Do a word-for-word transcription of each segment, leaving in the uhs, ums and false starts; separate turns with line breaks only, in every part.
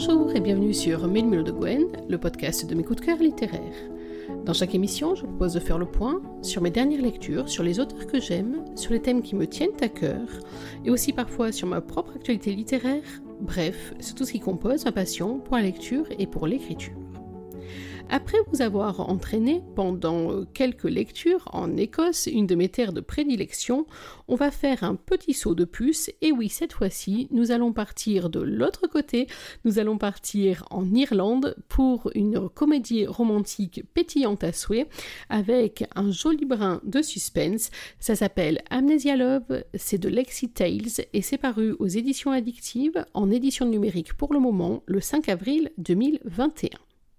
Bonjour et bienvenue sur Mille Mélos de Gwen, le podcast de mes coups de cœur littéraires. Dans chaque émission, je vous propose de faire le point sur mes dernières lectures, sur les auteurs que j'aime, sur les thèmes qui me tiennent à cœur, et aussi parfois sur ma propre actualité littéraire, bref, sur tout ce qui compose ma passion pour la lecture et pour l'écriture. Après vous avoir entraîné pendant quelques lectures en Écosse, une de mes terres de prédilection, on va faire un petit saut de puce, et oui, cette fois-ci, nous allons partir de l'autre côté, nous allons partir en Irlande pour une comédie romantique pétillante à souhait, avec un joli brin de suspense. Ça s'appelle Amnesia Love, c'est de Lexi Tales, et c'est paru aux éditions addictives, en édition numérique pour le moment, le cinq avril deux mille vingt et un.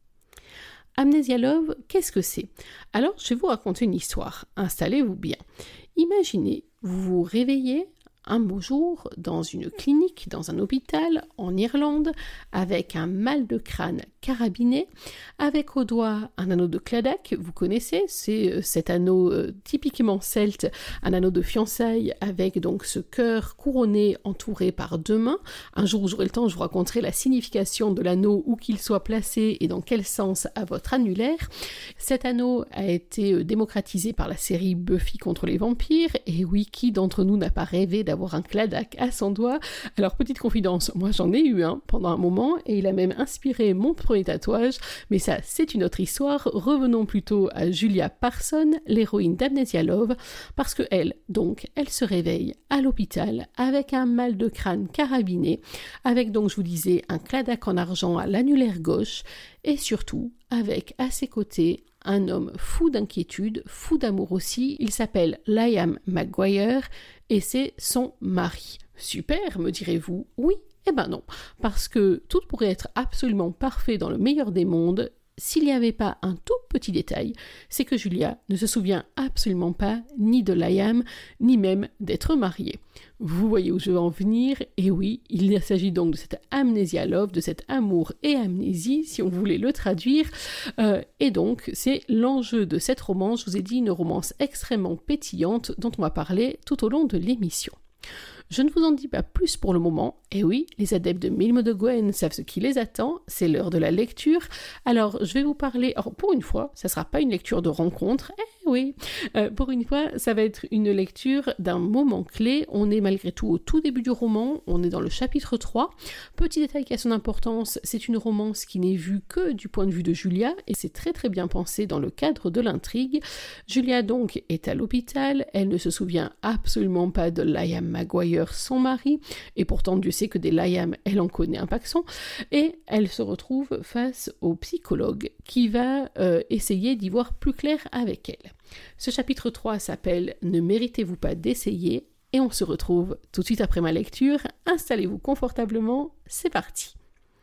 Amnesia Love, qu'est-ce que c'est ? Alors, je vais vous raconter une histoire. Installez-vous bien. Imaginez, vous vous réveillez un beau jour dans une clinique, dans un hôpital en Irlande, avec un mal de crâne carabiné, avec au doigt un anneau de Claddagh, vous connaissez, c'est cet anneau euh, typiquement celte, un anneau de fiançailles avec donc ce cœur couronné entouré par deux mains. Un jour où j'aurai le temps, je vous raconterai la signification de l'anneau, où qu'il soit placé et dans quel sens à votre annulaire. Cet anneau a été démocratisé par la série Buffy contre les vampires, et oui, qui d'entre nous n'a pas rêvé d'avoir un Claddagh à son doigt ? Alors, petite confidence, moi j'en ai eu un pendant un moment, et il a même inspiré mon premier tatouage, mais ça c'est une autre histoire. Revenons plutôt à Julia Parson, l'héroïne d'Amnesia Love, parce que elle, donc, elle se réveille à l'hôpital avec un mal de crâne carabiné, avec donc, je vous disais, un Claddagh en argent à l'annulaire gauche, et surtout avec à ses côtés un homme fou d'inquiétude, fou d'amour aussi. Il s'appelle Liam McGuire et c'est son mari. Super, me direz-vous. Oui, eh ben non, parce que tout pourrait être absolument parfait dans le meilleur des mondes s'il n'y avait pas un tout petit détail, c'est que Julia ne se souvient absolument pas ni de Liam, ni même d'être mariée. Vous voyez où je veux en venir, et oui, il s'agit donc de cette Amnesia Love, de cet amour et amnésie, si on voulait le traduire, euh, et donc c'est l'enjeu de cette romance. Je vous ai dit, une romance extrêmement pétillante dont on va parler tout au long de l'émission. Je ne vous en dis pas plus pour le moment, et oui, les adeptes de Mille Mélos de Gwen savent ce qui les attend, c'est l'heure de la lecture. Alors, je vais vous parler, alors pour une fois, ça ne sera pas une lecture de rencontre, eh oui, euh, pour une fois, ça va être une lecture d'un moment clé. On est malgré tout au tout début du roman, on est dans le chapitre trois. Petit détail qui a son importance, c'est une romance qui n'est vue que du point de vue de Julia, et c'est très très bien pensé dans le cadre de l'intrigue. Julia donc est à l'hôpital, elle ne se souvient absolument pas de Liam McGuire, son mari, et pourtant Dieu sait que des Liam, elle en connaît un paxon, et elle se retrouve face au psychologue qui va euh, essayer d'y voir plus clair avec elle. Ce chapitre trois s'appelle « Ne méritez-vous pas d'essayer ?» et on se retrouve tout de suite après ma lecture. Installez-vous confortablement, c'est parti.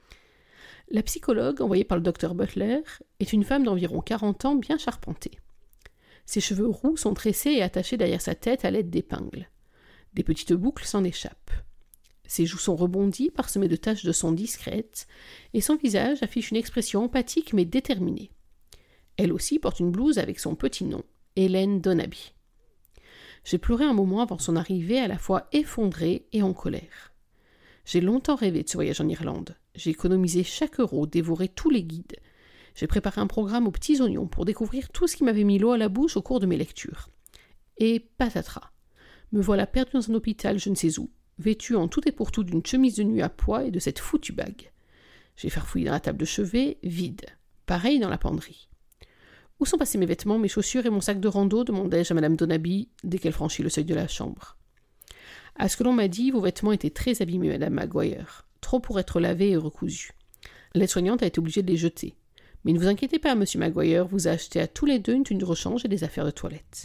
La psychologue, envoyée par le docteur Butler, est une femme d'environ quarante ans bien charpentée. Ses cheveux roux sont tressés et attachés derrière sa tête à l'aide d'épingles. Des petites boucles s'en échappent. Ses joues sont rebondies, parsemées de taches de sang discrètes, et son visage affiche une expression empathique mais déterminée. Elle aussi porte une blouse avec son petit nom, Hélène Donaby. J'ai pleuré un moment avant son arrivée, à la fois effondrée et en colère. J'ai longtemps rêvé de ce voyage en Irlande. J'ai économisé chaque euro, dévoré tous les guides. J'ai préparé un programme aux petits oignons pour découvrir tout ce qui m'avait mis l'eau à la bouche au cours de mes lectures. Et patatras. Me voilà perdue dans un hôpital je ne sais où, vêtue en tout et pour tout d'une chemise de nuit à pois et de cette foutue bague. J'ai farfouillé dans la table de chevet, vide. Pareil dans la penderie. Où sont passés mes vêtements, mes chaussures et mon sac de rando, demandai-je à Madame Donaby dès qu'elle franchit le seuil de la chambre. À ce que l'on m'a dit, vos vêtements étaient très abîmés, Madame McGuire, trop pour être lavés et recousus. L'aide-soignante a été obligée de les jeter. Mais ne vous inquiétez pas, Monsieur McGuire vous a acheté à tous les deux une tenue de rechange et des affaires de toilette.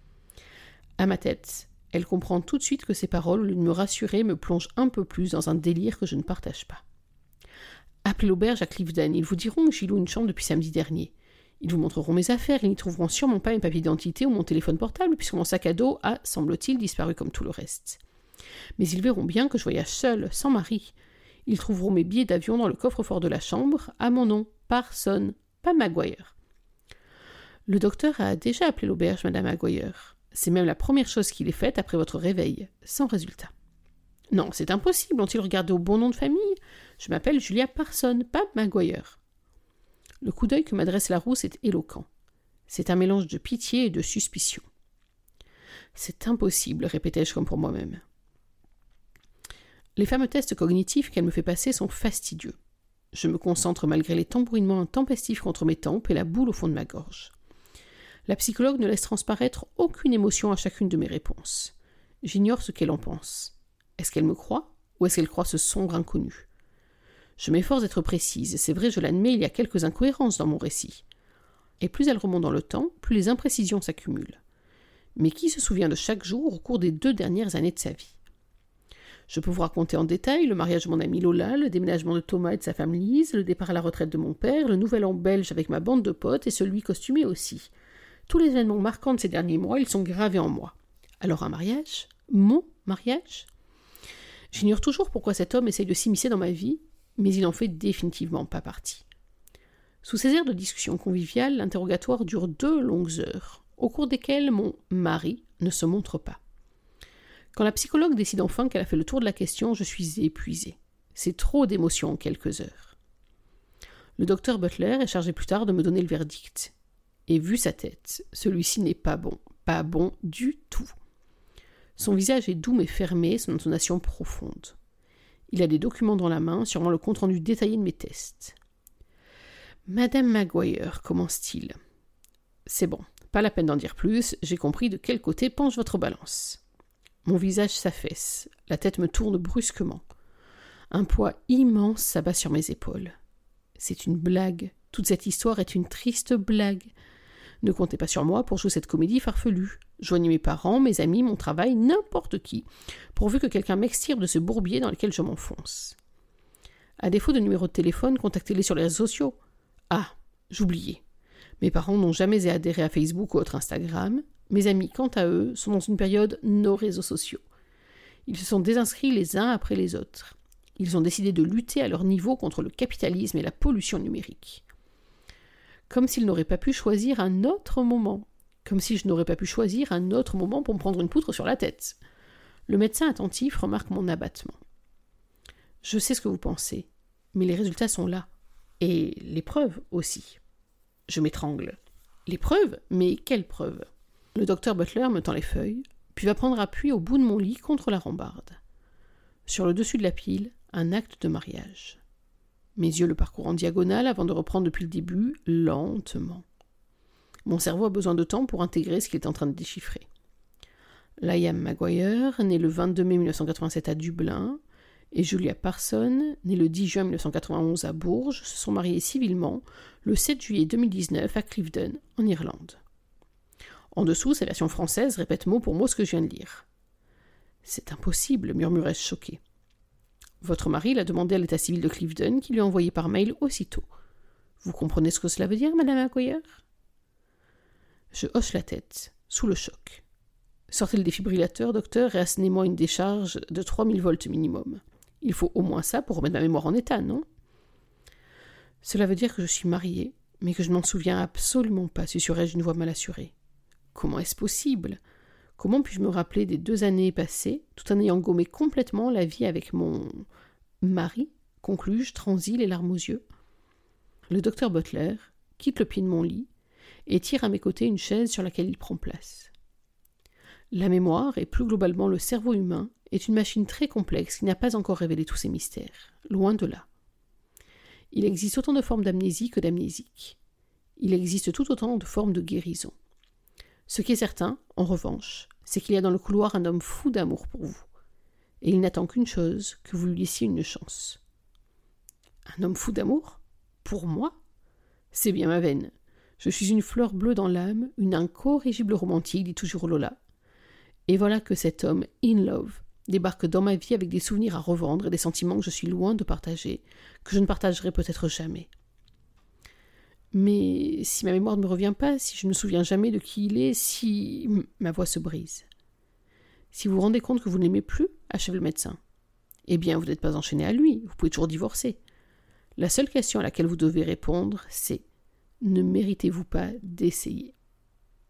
À ma tête, elle comprend tout de suite que ces paroles, au lieu de me rassurer, me plongent un peu plus dans un délire que je ne partage pas. Appelez l'auberge à Cliveden, ils vous diront que j'y loue une chambre depuis samedi dernier. Ils vous montreront mes affaires, ils n'y trouveront sûrement pas mes papiers d'identité ou mon téléphone portable, puisque mon sac à dos a, semble-t-il, disparu comme tout le reste. Mais ils verront bien que je voyage seule, sans mari. Ils trouveront mes billets d'avion dans le coffre-fort de la chambre, à mon nom, Parson, pas McGuire. Le docteur a déjà appelé l'auberge, Madame McGuire. C'est même la première chose qu'il ait faite après votre réveil, sans résultat. Non, c'est impossible, ont-ils regardé au bon nom de famille? Je m'appelle Julia Parson, pas Maguire. Le coup d'œil que m'adresse Larousse est éloquent. C'est un mélange de pitié et de suspicion. C'est impossible, répétai-je comme pour moi-même. Les fameux tests cognitifs qu'elle me fait passer sont fastidieux. Je me concentre malgré les tambouinements intempestifs contre mes tempes et la boule au fond de ma gorge. La psychologue ne laisse transparaître aucune émotion à chacune de mes réponses. J'ignore ce qu'elle en pense. Est-ce qu'elle me croit ou est-ce qu'elle croit ce sombre inconnu? Je m'efforce d'être précise, c'est vrai, je l'admets, il y a quelques incohérences dans mon récit. Et plus elle remonte dans le temps, plus les imprécisions s'accumulent. Mais qui se souvient de chaque jour au cours des deux dernières années de sa vie? Je peux vous raconter en détail le mariage de mon amie Lola, le déménagement de Thomas et de sa femme Lise, le départ à la retraite de mon père, le nouvel an belge avec ma bande de potes et celui costumé aussi. Tous les événements marquants de ces derniers mois, ils sont gravés en moi. Alors un mariage? Mon mariage? J'ignore toujours pourquoi cet homme essaye de s'immiscer dans ma vie, mais il n'en fait définitivement pas partie. Sous ces airs de discussion conviviale, l'interrogatoire dure deux longues heures, au cours desquelles mon mari ne se montre pas. Quand la psychologue décide enfin qu'elle a fait le tour de la question, je suis épuisée. C'est trop d'émotions en quelques heures. Le docteur Butler est chargé plus tard de me donner le verdict. Et vu sa tête, celui-ci n'est pas bon, pas bon du tout. Son visage est doux mais fermé, son intonation profonde. Il a des documents dans la main, sûrement le compte-rendu détaillé de mes tests. « Madame Maguire, commence-t-il. C'est bon, pas la peine d'en dire plus, j'ai compris de quel côté penche votre balance. » Mon visage s'affaisse, la tête me tourne brusquement. Un poids immense s'abat sur mes épaules. C'est une blague, toute cette histoire est une triste blague. Ne comptez pas sur moi pour jouer cette comédie farfelue. Joignez mes parents, mes amis, mon travail, n'importe qui, pourvu que quelqu'un m'extirpe de ce bourbier dans lequel je m'enfonce. À défaut de numéro de téléphone, contactez-les sur les réseaux sociaux. Ah, j'oubliais. Mes parents n'ont jamais adhéré à Facebook ou autre Instagram. Mes amis, quant à eux, sont dans une période no réseaux sociaux. Ils se sont désinscrits les uns après les autres. Ils ont décidé de lutter à leur niveau contre le capitalisme et la pollution numérique. Comme s'ils n'auraient pas pu choisir un autre moment. Comme si je n'aurais pas pu choisir un autre moment pour me prendre une poutre sur la tête. Le médecin attentif remarque mon abattement. Je sais ce que vous pensez, mais les résultats sont là. Et les preuves aussi. Je m'étrangle. Les preuves? Mais quelles preuves? Le docteur Butler me tend les feuilles, puis va prendre appui au bout de mon lit contre la rambarde. Sur le dessus de la pile, un acte de mariage. Mes yeux le parcourent en diagonale avant de reprendre depuis le début, lentement. Mon cerveau a besoin de temps pour intégrer ce qu'il est en train de déchiffrer. Liam Maguire, né le vingt-deux mai mille neuf cent quatre-vingt-sept à Dublin, et Julia Parson, née le dix juin mille neuf cent quatre-vingt-onze à Bourges, se sont mariés civilement le sept juillet deux mille dix-neuf à Cliveden, en Irlande. En dessous, sa version française répète mot pour mot ce que je viens de lire. « C'est impossible, murmurai-je choqué. Votre mari l'a demandé à l'état civil de Cliveden, qui lui a envoyé par mail aussitôt. Vous comprenez ce que cela veut dire, madame Maguire ?» Je hoche la tête, sous le choc. Sortez le défibrillateur, docteur, et assénez-moi une décharge de trois mille volts minimum. Il faut au moins ça pour remettre ma mémoire en état, non? Cela veut dire que je suis mariée, mais que je ne m'en souviens absolument pas, susurrai-je d'une voix mal assurée. Comment est-ce possible? Comment puis-je me rappeler des deux années passées, tout en ayant gommé complètement la vie avec mon mari, conclus-je, transi, les larmes aux yeux? Le docteur Butler quitte le pied de mon lit et tire à mes côtés une chaise sur laquelle il prend place. La mémoire, et plus globalement le cerveau humain, est une machine très complexe qui n'a pas encore révélé tous ses mystères, loin de là. Il existe autant de formes d'amnésie que d'amnésique. Il existe tout autant de formes de guérison. Ce qui est certain, en revanche, c'est qu'il y a dans le couloir un homme fou d'amour pour vous, et il n'attend qu'une chose, que vous lui laissiez une chance. Un homme fou d'amour? Pour moi? C'est bien ma veine. Je suis une fleur bleue dans l'âme, une incorrigible romantique, dit toujours Lola. Et voilà que cet homme, in love, débarque dans ma vie avec des souvenirs à revendre et des sentiments que je suis loin de partager, que je ne partagerai peut-être jamais. Mais si ma mémoire ne me revient pas, si je ne me souviens jamais de qui il est, si... Ma voix se brise. Si vous vous rendez compte que vous ne l'aimez plus, achève le médecin. Eh bien, vous n'êtes pas enchaîné à lui, vous pouvez toujours divorcer. La seule question à laquelle vous devez répondre, c'est « Ne méritez-vous pas d'essayer ?»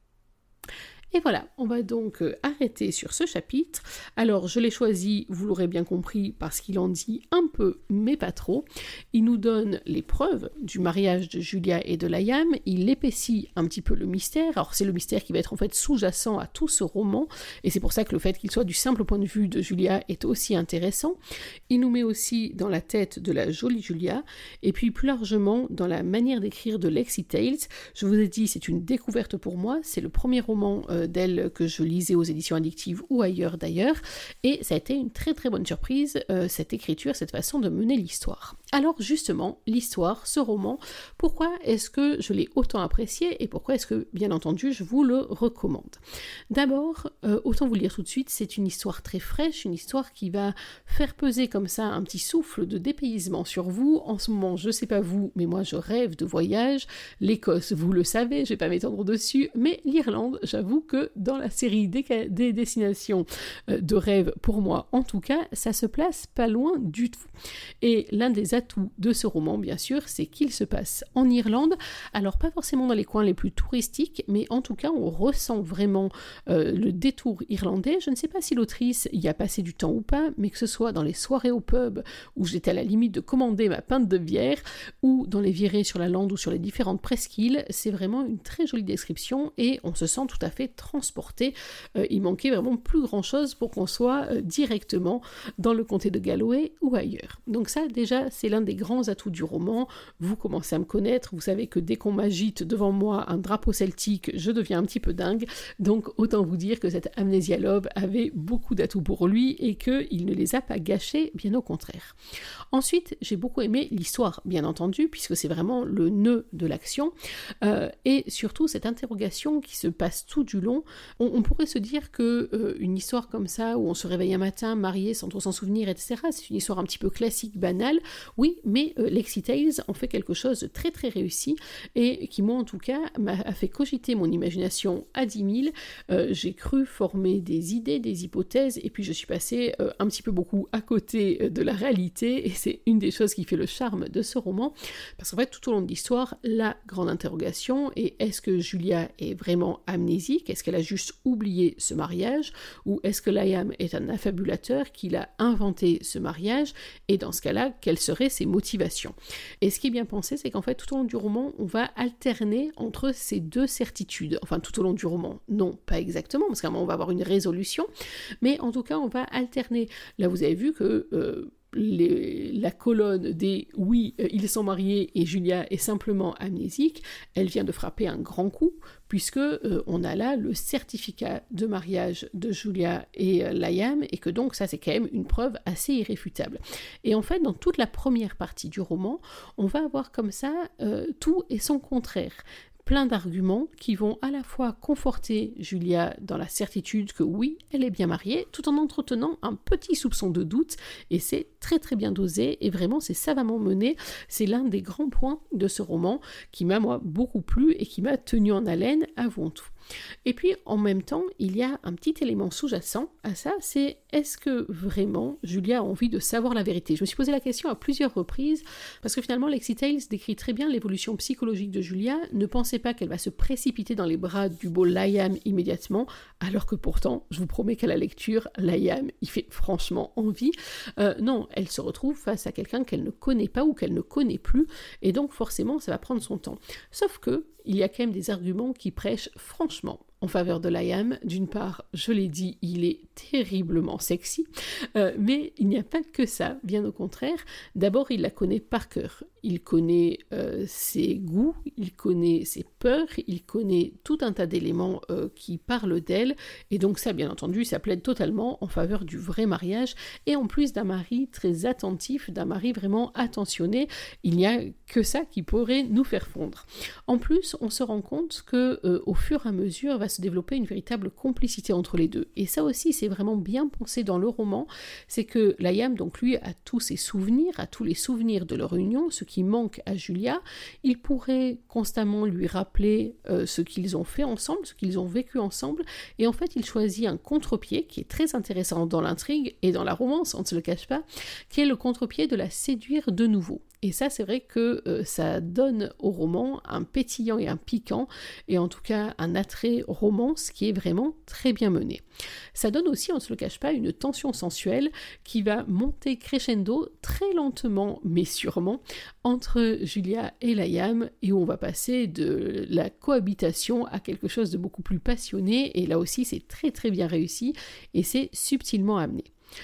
Et voilà, on va donc euh, arrêter sur ce chapitre. Alors, je l'ai choisi, vous l'aurez bien compris, parce qu'il en dit un peu, mais pas trop. Il nous donne les preuves du mariage de Julia et de Layam, il épaissit un petit peu le mystère. Alors, c'est le mystère qui va être en fait sous-jacent à tout ce roman, et c'est pour ça que le fait qu'il soit du simple point de vue de Julia est aussi intéressant. Il nous met aussi dans la tête de la jolie Julia, et puis plus largement dans la manière d'écrire de Lexie Tales. Je vous ai dit, c'est une découverte pour moi, c'est le premier roman euh, d'elle que je lisais aux éditions addictives ou ailleurs d'ailleurs, et ça a été une très très bonne surprise, euh, cette écriture, cette façon de mener l'histoire. Alors justement, l'histoire, ce roman, pourquoi est-ce que je l'ai autant apprécié et pourquoi est-ce que, bien entendu, je vous le recommande? D'abord, euh, autant vous le dire tout de suite, c'est une histoire très fraîche, une histoire qui va faire peser comme ça un petit souffle de dépaysement sur vous. En ce moment, je sais pas vous, mais moi je rêve de voyage. L'Écosse, vous le savez, je vais pas m'étendre dessus, mais l'Irlande, j'avoue que dans la série des, des destinations de rêve, pour moi en tout cas, ça se place pas loin du tout. Et l'un des atouts de ce roman, bien sûr, c'est qu'il se passe en Irlande, alors pas forcément dans les coins les plus touristiques, mais en tout cas on ressent vraiment euh, le détour irlandais. Je ne sais pas si l'autrice y a passé du temps ou pas, mais que ce soit dans les soirées au pub, où j'étais à la limite de commander ma pinte de bière, ou dans les virées sur la lande ou sur les différentes presqu'îles, c'est vraiment une très jolie description, et on se sent tout à fait transporté. Euh, il manquait vraiment plus grand chose pour qu'on soit euh, directement dans le comté de Galway ou ailleurs. Donc ça, déjà, c'est l'un des grands atouts du roman. Vous commencez à me connaître, vous savez que dès qu'on m'agite devant moi un drapeau celtique, je deviens un petit peu dingue, donc autant vous dire que cet amnésialobe avait beaucoup d'atouts pour lui et qu'il ne les a pas gâchés, bien au contraire. Ensuite, j'ai beaucoup aimé l'histoire, bien entendu, puisque c'est vraiment le nœud de l'action, euh, et surtout cette interrogation qui se passe tout du long. On, on pourrait se dire que euh, une histoire comme ça, où on se réveille un matin, marié sans trop s'en souvenir, et cetera, c'est une histoire un petit peu classique, banale, oui, mais euh, Lexie Tales en fait quelque chose de très très réussi, et qui, moi en tout cas, m'a a fait cogiter mon imagination à dix mille. Euh, j'ai cru former des idées, des hypothèses, et puis je suis passée euh, un petit peu beaucoup à côté de la réalité, et c'est une des choses qui fait le charme de ce roman, parce qu'en fait, tout au long de l'histoire, la grande interrogation est: est-ce que Julia est vraiment amnésique? Est-ce qu'elle a juste oublié ce mariage? Ou est-ce que Layam est un affabulateur qui a inventé ce mariage? Et dans ce cas-là, quelles seraient ses motivations? Et ce qui est bien pensé, c'est qu'en fait, tout au long du roman, on va alterner entre ces deux certitudes. Enfin, tout au long du roman, non, pas exactement, parce qu'à un moment, on va avoir une résolution, mais en tout cas, on va alterner. Là, vous avez vu que euh, Les, la colonne des « oui, euh, ils sont mariés et Julia est simplement amnésique », elle vient de frapper un grand coup, puisque euh, on a là le certificat de mariage de Julia et euh, Layam, et que donc ça c'est quand même une preuve assez irréfutable. Et en fait, dans toute la première partie du roman, on va avoir comme ça euh, tout et son contraire. Plein d'arguments qui vont à la fois conforter Julia dans la certitude que oui, elle est bien mariée, tout en entretenant un petit soupçon de doute, et c'est très très bien dosé, et vraiment c'est savamment mené. C'est l'un des grands points de ce roman qui m'a moi beaucoup plu et qui m'a tenu en haleine avant tout. Et puis en même temps, il y a un petit élément sous-jacent à ça, c'est est-ce que vraiment Julia a envie de savoir la vérité? Je me suis posé la question à plusieurs reprises, parce que finalement Lexie Tales décrit très bien l'évolution psychologique de Julia. Ne pensez pas qu'elle va se précipiter dans les bras du beau Layam immédiatement, alors que pourtant, je vous promets qu'à la lecture, Layam, il fait franchement envie. Euh, non, elle se retrouve face à quelqu'un qu'elle ne connaît pas ou qu'elle ne connaît plus, et donc forcément, ça va prendre son temps. Sauf que il y a quand même des arguments qui prêchent franchement en faveur de Layam. D'une part, je l'ai dit, il est terriblement sexy, euh, mais il n'y a pas que ça, bien au contraire. D'abord, il la connaît par cœur. Il connaît euh, ses goûts, il connaît ses peurs, il connaît tout un tas d'éléments euh, qui parlent d'elle, et donc ça, bien entendu, ça plaide totalement en faveur du vrai mariage, et en plus d'un mari très attentif, d'un mari vraiment attentionné. Il n'y a que ça qui pourrait nous faire fondre. En plus, on se rend compte que euh, au fur et à mesure va se développer une véritable complicité entre les deux, et ça aussi c'est vraiment bien pensé dans le roman. C'est que Layam, donc lui, a tous ses souvenirs, a tous les souvenirs de leur union, ce qui manque à Julia. Il pourrait constamment lui rappeler euh, ce qu'ils ont fait ensemble, ce qu'ils ont vécu ensemble, et en fait il choisit un contre-pied qui est très intéressant dans l'intrigue et dans la romance, on ne se le cache pas, qui est le contre-pied de la séduire de nouveau. Et ça, c'est vrai que euh, ça donne au roman un pétillant et un piquant, et en tout cas un attrait romance qui est vraiment très bien mené. Ça donne aussi, on ne se le cache pas, une tension sensuelle qui va monter crescendo très lentement mais sûrement entre Julia et Layam, et où on va passer de la cohabitation à quelque chose de beaucoup plus passionné, et là aussi c'est très très bien réussi et c'est subtilement amené.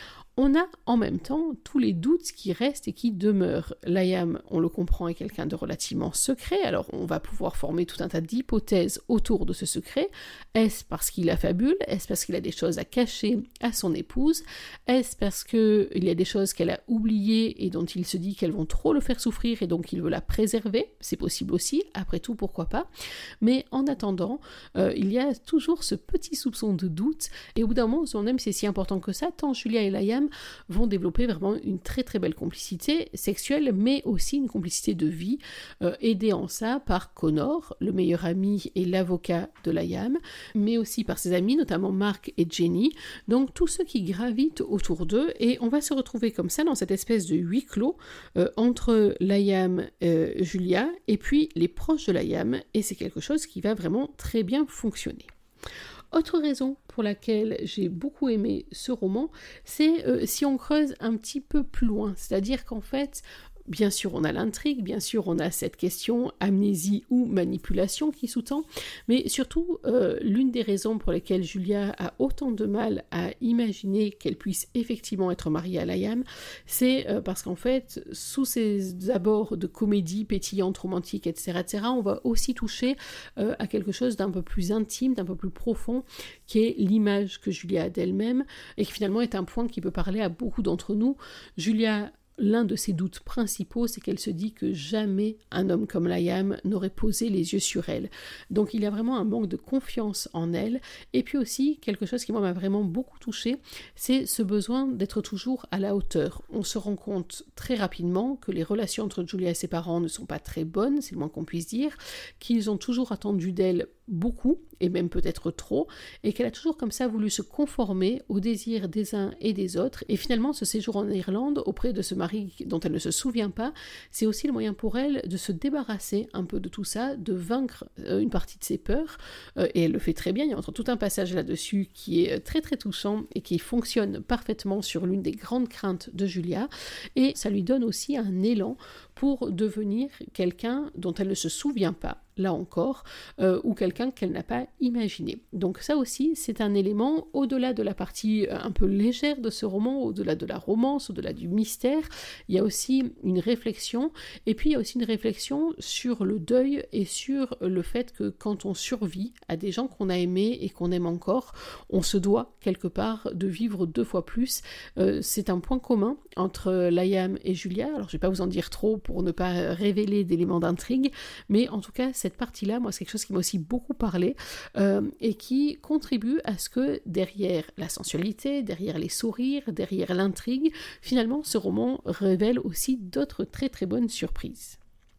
On a en même temps tous les doutes qui restent et qui demeurent. Layam, on le comprend, est quelqu'un de relativement secret, alors on va pouvoir former tout un tas d'hypothèses autour de ce secret. Est-ce parce qu'il affabule? Est-ce parce qu'il a des choses à cacher à son épouse? Est-ce parce qu'il y a des choses qu'elle a oubliées et dont il se dit qu'elles vont trop le faire souffrir et donc il veut la préserver? C'est possible aussi, après tout, pourquoi pas. Mais en attendant, euh, il y a toujours ce petit soupçon de doute, et au bout d'un moment, on se demande même si c'est si important que ça, tant Julia et Layam vont développer vraiment une très très belle complicité sexuelle, mais aussi une complicité de vie, euh, aidée en ça par Connor, le meilleur ami et l'avocat de Layam, mais aussi par ses amis, notamment Mark et Jenny, donc tous ceux qui gravitent autour d'eux, et on va se retrouver comme ça dans cette espèce de huis clos euh, entre Layam, euh, Julia, et puis les proches de Layam, et c'est quelque chose qui va vraiment très bien fonctionner. Autre raison pour laquelle j'ai beaucoup aimé ce roman, c'est euh, si on creuse un petit peu plus loin, c'est-à-dire qu'en fait, bien sûr on a l'intrigue, bien sûr on a cette question amnésie ou manipulation qui sous-tend, mais surtout euh, l'une des raisons pour lesquelles Julia a autant de mal à imaginer qu'elle puisse effectivement être mariée à Layam, c'est euh, parce qu'en fait, sous ces abords de comédie pétillante, romantique, et cetera, et cetera, on va aussi toucher euh, à quelque chose d'un peu plus intime, d'un peu plus profond, qui est l'image que Julia a d'elle-même, et qui finalement est un point qui peut parler à beaucoup d'entre nous. Julia, l'un de ses doutes principaux, c'est qu'elle se dit que jamais un homme comme Layam n'aurait posé les yeux sur elle. Donc il y a vraiment un manque de confiance en elle. Et puis aussi, quelque chose qui moi m'a vraiment beaucoup touchée, c'est ce besoin d'être toujours à la hauteur. On se rend compte très rapidement que les relations entre Julia et ses parents ne sont pas très bonnes, c'est le moins qu'on puisse dire, qu'ils ont toujours attendu d'elle beaucoup, et même peut-être trop, et qu'elle a toujours comme ça voulu se conformer aux désirs des uns et des autres, et finalement ce séjour en Irlande auprès de ce mari dont elle ne se souvient pas, c'est aussi le moyen pour elle de se débarrasser un peu de tout ça, de vaincre euh, une partie de ses peurs, euh, et elle le fait très bien. Il y a tout un passage là-dessus qui est très très touchant et qui fonctionne parfaitement sur l'une des grandes craintes de Julia, et ça lui donne aussi un élan pour devenir quelqu'un dont elle ne se souvient pas, là encore, euh, ou quelqu'un qu'elle n'a pas imaginé. Donc ça aussi, c'est un élément, au-delà de la partie un peu légère de ce roman, au-delà de la romance, au-delà du mystère, il y a aussi une réflexion, et puis il y a aussi une réflexion sur le deuil et sur le fait que quand on survit à des gens qu'on a aimés et qu'on aime encore, on se doit quelque part de vivre deux fois plus. Euh, c'est un point commun entre Layam et Julia, alors je ne vais pas vous en dire trop pour ne pas révéler d'éléments d'intrigue, mais en tout cas, cette partie-là, moi, c'est quelque chose qui m'a aussi beaucoup parlé euh, et qui contribue à ce que derrière la sensualité, derrière les sourires, derrière l'intrigue, finalement, ce roman révèle aussi d'autres très très bonnes surprises.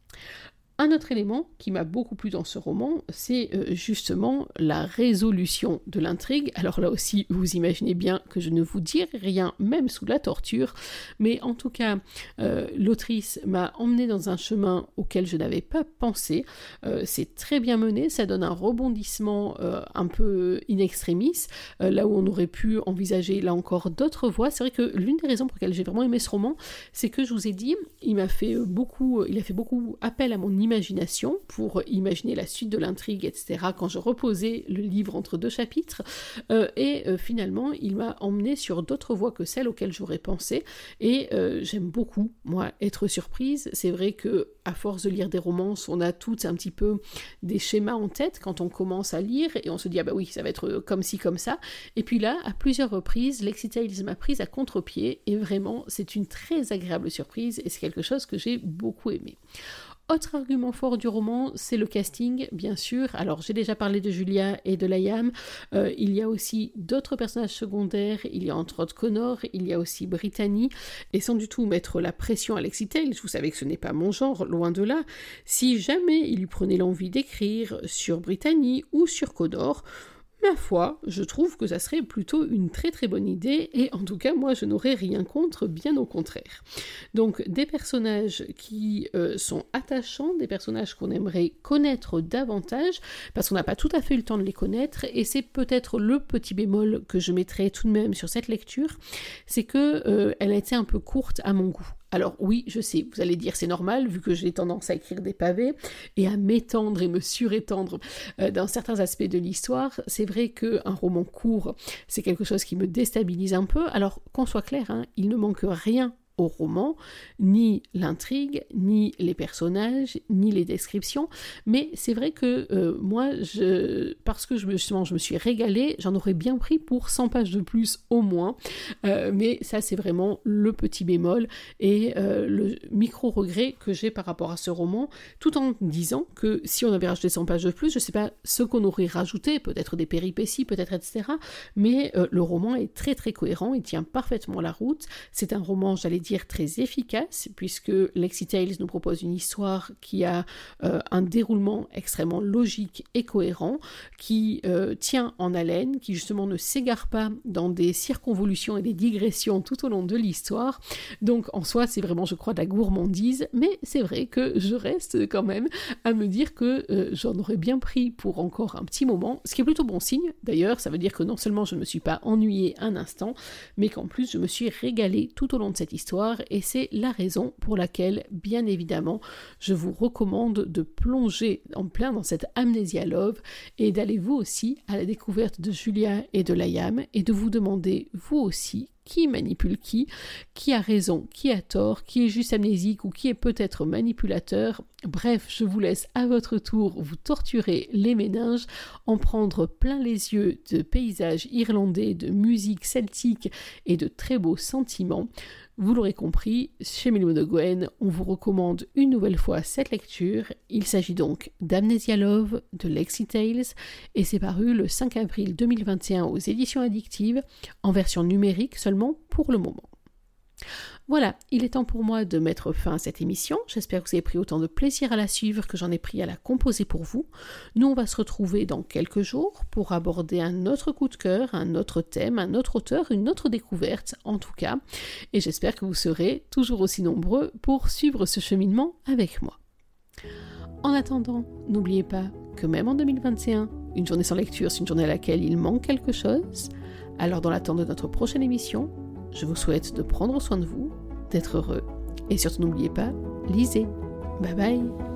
Un autre élément qui m'a beaucoup plu dans ce roman, c'est euh, justement la résolution de l'intrigue. Alors là aussi, vous imaginez bien que je ne vous dirai rien, même sous la torture, mais en tout cas, euh, l'autrice m'a emmenée dans un chemin auquel je n'avais pas pensé. Euh, c'est très bien mené, ça donne un rebondissement euh, un peu in extremis, euh, là où on aurait pu envisager, là encore, d'autres voies. C'est vrai que l'une des raisons pour lesquelles j'ai vraiment aimé ce roman, c'est que je vous ai dit, il m'a fait beaucoup, il a fait beaucoup appel à mon imagination pour imaginer la suite de l'intrigue, et cetera, quand je reposais le livre entre deux chapitres, euh, et euh, finalement, il m'a emmené sur d'autres voies que celles auxquelles j'aurais pensé, et euh, j'aime beaucoup, moi, être surprise. C'est vrai que à force de lire des romances, on a toutes un petit peu des schémas en tête quand on commence à lire, et on se dit, ah bah oui, ça va être comme ci, comme ça, et puis là, à plusieurs reprises, Lexi Tales m'a prise à contre-pied, et vraiment, c'est une très agréable surprise, et c'est quelque chose que j'ai beaucoup aimé. Autre argument fort du roman, c'est le casting, bien sûr. Alors, j'ai déjà parlé de Julia et de Layam. Euh, il y a aussi d'autres personnages secondaires. Il y a entre autres Connor, il y a aussi Brittany. Et sans du tout mettre la pression à Lexi Tales, vous savez que ce n'est pas mon genre, loin de là. Si jamais il lui prenait l'envie d'écrire sur Brittany ou sur Connor, ma foi, je trouve que ça serait plutôt une très très bonne idée, et en tout cas, moi, je n'aurais rien contre, bien au contraire. Donc, des personnages qui euh, sont attachants, des personnages qu'on aimerait connaître davantage, parce qu'on n'a pas tout à fait eu le temps de les connaître, et c'est peut-être le petit bémol que je mettrai tout de même sur cette lecture, c'est que euh, elle a été un peu courte à mon goût. Alors oui, je sais, vous allez dire c'est normal, vu que j'ai tendance à écrire des pavés et à m'étendre et me surétendre euh, dans certains aspects de l'histoire. C'est vrai qu'un roman court, c'est quelque chose qui me déstabilise un peu. Alors qu'on soit clair, hein, il ne manque rien au roman, ni l'intrigue, ni les personnages, ni les descriptions, mais c'est vrai que euh, moi, je, parce que je me, justement je me suis régalée, j'en aurais bien pris pour cent pages de plus au moins, euh, mais ça c'est vraiment le petit bémol et euh, le micro-regret que j'ai par rapport à ce roman, tout en disant que si on avait rajouté cent pages de plus, je ne sais pas ce qu'on aurait rajouté, peut-être des péripéties, peut-être et cetera, mais euh, le roman est très très cohérent, il tient parfaitement la route, c'est un roman, j'allais dire très efficace, puisque Lexi Tales nous propose une histoire qui a euh, un déroulement extrêmement logique et cohérent, qui euh, tient en haleine, qui justement ne s'égare pas dans des circonvolutions et des digressions tout au long de l'histoire. Donc en soi, c'est vraiment, je crois, de la gourmandise, mais c'est vrai que je reste quand même à me dire que euh, j'en aurais bien pris pour encore un petit moment, ce qui est plutôt bon signe. D'ailleurs, ça veut dire que non seulement je ne me suis pas ennuyée un instant, mais qu'en plus je me suis régalée tout au long de cette histoire, et c'est la raison pour laquelle, bien évidemment, je vous recommande de plonger en plein dans cette Amnesia Love et d'aller vous aussi à la découverte de Julia et de Liam et de vous demander vous aussi qui manipule qui, qui a raison, qui a tort, qui est juste amnésique ou qui est peut-être manipulateur. Bref, je vous laisse à votre tour vous torturer les méninges, en prendre plein les yeux de paysages irlandais, de musique celtique et de très beaux sentiments. Vous l'aurez compris, chez Mélimée de Gwen, on vous recommande une nouvelle fois cette lecture. Il s'agit donc d'Amnesia Love de Lexi Tales et c'est paru le cinq avril deux mille vingt et un aux éditions addictives en version numérique seulement pour le moment. Voilà, il est temps pour moi de mettre fin à cette émission. J'espère que vous avez pris autant de plaisir à la suivre que j'en ai pris à la composer pour vous. Nous, on va se retrouver dans quelques jours pour aborder un autre coup de cœur, un autre thème, un autre auteur, une autre découverte en tout cas. Et j'espère que vous serez toujours aussi nombreux pour suivre ce cheminement avec moi. En attendant, n'oubliez pas que même en deux mille vingt et un, une journée sans lecture, c'est une journée à laquelle il manque quelque chose. Alors dans l'attente de notre prochaine émission, je vous souhaite de prendre soin de vous, d'être heureux, et surtout n'oubliez pas, lisez. Bye bye.